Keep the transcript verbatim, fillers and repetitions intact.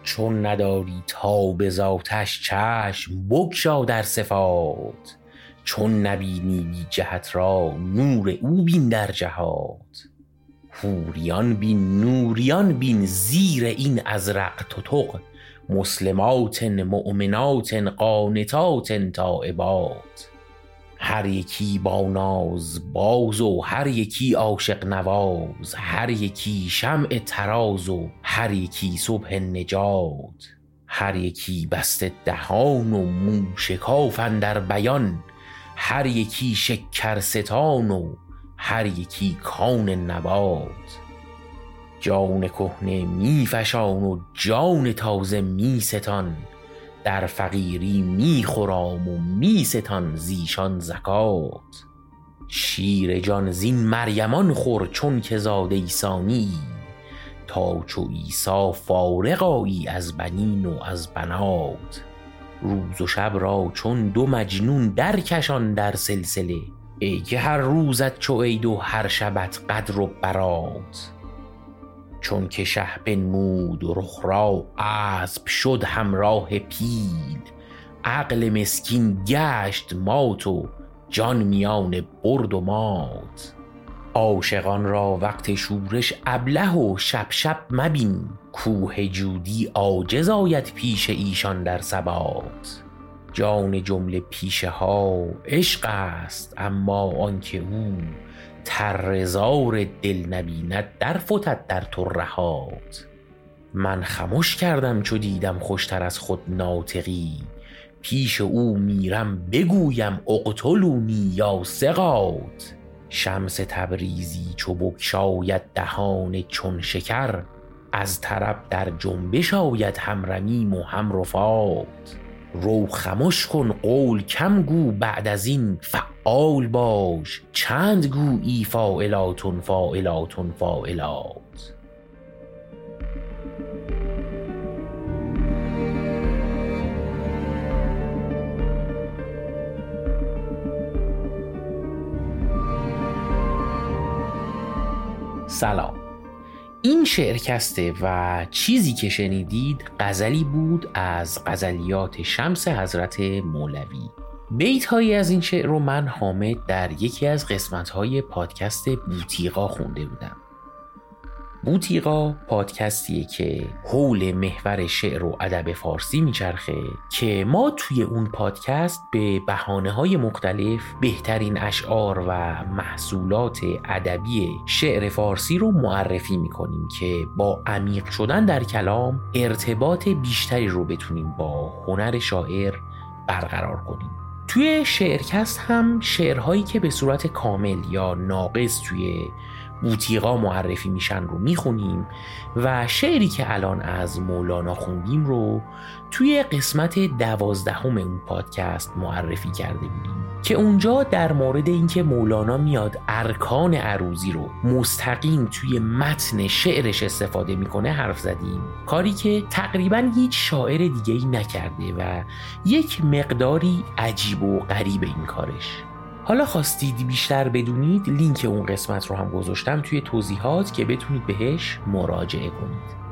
چون نداری تا به ذاتش چشم بگشا در صفات، چون نبینی بی جهت را نور او بین در جهات. حوریان بین نوریان بین زیر این ازرق تتق، مسلمات مؤمنات قانتات تائبات. هر یکی با ناز باز و هر یکی عاشق نواز، هر یکی شمع تراز و هر یکی صبح نجات. هر یکی بسته دهان و موشکاف اندر بیان، هر یکی شکرستان و هر یکی کان نبات. جان کهنه می فشان و جان تازه می ستان، در فقیری می خرام و می ستان زیشان زکات. شیر جان زین مریمان خور چون که زاده ایسانی، تا چو عیسی فارغ آیی از بنین و از بنات. روز و شب را چون دو مجنون درکشان در سلسله، ای که هر روزت چو عید و هر شبت قدر و برات. چون که شه بنمود رخ را اسب شد همراه پیل، عقل مسکین گشت مات و جان میان برد و مات. عاشقان را وقت شورش ابله و شپ شپ مبین، کوه جودی عاجز آید پیش ایشان در ثبات. جان جمله پیشه ها عشق است، اما آنکه او تره زار دل نبیند در فتد در ترهات. من خمش کردم چو دیدم خوشتر از خود ناطقی، پیش او میرم بگویم اقتلونی یا ثقات. شمس تبریزی چو بگشاید دهان چون شکر، از طرب در جنبش آید هم رمیم و هم رفات. رو خمش کن قول کم گو بعد از این فعال باش، چند گویی فاعلاتن فاعلاتن فاعلات. سلام، این شعرکسته و چیزی که شنیدید غزلی بود از غزلیات شمس حضرت مولوی. بیت هایی از این شعر رو من حامد در یکی از قسمت های پادکست بوتیقا خونده بودم. بوتیقا پادکستیه که حول محور شعر و ادب فارسی میچرخه که ما توی اون پادکست به بهانه‌های مختلف بهترین اشعار و محصولات ادبی شعر فارسی رو معرفی میکنیم که با عمیق شدن در کلام ارتباط بیشتری رو بتونیم با هنر شاعر برقرار کنیم. توی شعرکست هم شعرهایی که به صورت کامل یا ناقص توی بوتیقا معرفی میشن رو میخونیم و شعری که الان از مولانا خوندیم رو توی قسمت دوازدهم اون پادکست معرفی کرده بودیم که اونجا در مورد اینکه مولانا میاد ارکان عروضی رو مستقیم توی متن شعرش استفاده میکنه حرف زدیم، کاری که تقریبا هیچ شاعر دیگه‌ای نکرده و یک مقداری عجیب و غریب این کارش. حالا خواستید بیشتر بدونید لینک اون قسمت رو هم گذاشتم توی توضیحات که بتونید بهش مراجعه کنید.